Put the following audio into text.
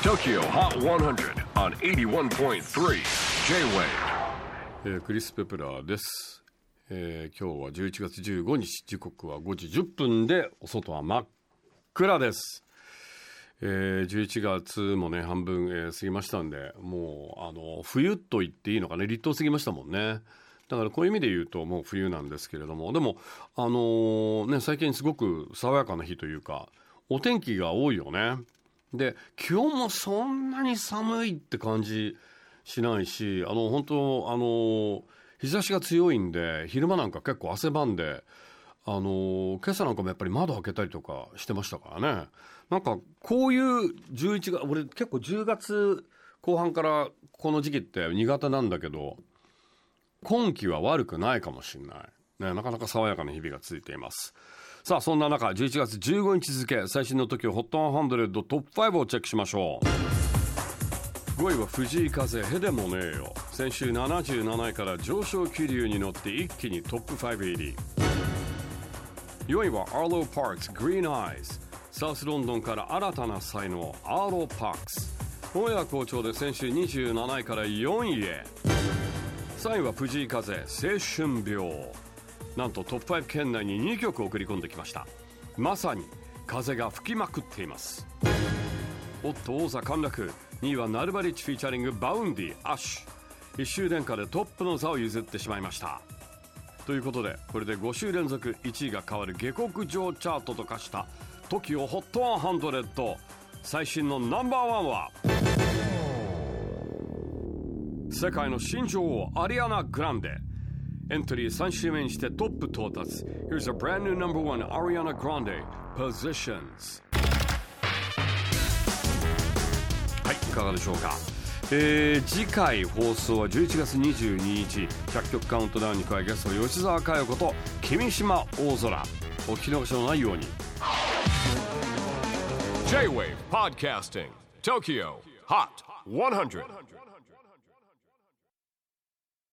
TOKYO HOT 100 on 81.3 J-WAVE、 クリス・ペプラーです。今日は11月15日、時刻は5時10分でお外は真っ暗です。11月もね半分、過ぎましたんで、もう冬と言っていいのかね、立冬過ぎましたもんね。だからこういう意味で言うともう冬なんですけれども、でも最近すごく爽やかな日というかお天気が多いよね。で、気温もそんなに寒いって感じしないし、本当日差しが強いんで昼間なんか結構汗ばんで、今朝なんかもやっぱり窓開けたりとかしてましたからね。なんかこういう11月、俺結構10月後半からこの時期って苦手なんだけど、今季は悪くないかもしれない、ね、なかなか爽やかな日々が続いています。さあ、そんな中11月15日付最新のTOKYO HOT 100トップ5をチェックしましょう。5位は藤井風へでもねえよ。先週77位から上昇気流に乗って一気にトップ5入り。4位はアーロー・パークスグリーンアイズ。サウスロンドンから新たな才能アーロー・パークス。本屋好調で先週27位から4位へ。3位は藤井風青春病。なんとトップ5圏内に2曲送り込んできました。まさに風が吹きまくっています。おっと、王座陥落。2位はナルバリッチフィーチャリングバウンディアッシュ。1週連覇でトップの座を譲ってしまいました。ということでこれで5週連続1位が変わる下克上チャートと化した TOKYO HOT 100。最新のナンバーワンは世界の新女王アリアナ・グランデ。エントリー3週目にしてトップ到達。 Here's a brand new number one Ariana Grande Positions。 はい、いかがでしょうか。次回放送は11月22日100曲カウントダウンに加え、ゲストの吉澤佳代子と君島大空。お聞き逃しのないように。 J-WAVE PODCASTING TOKYO HOT 100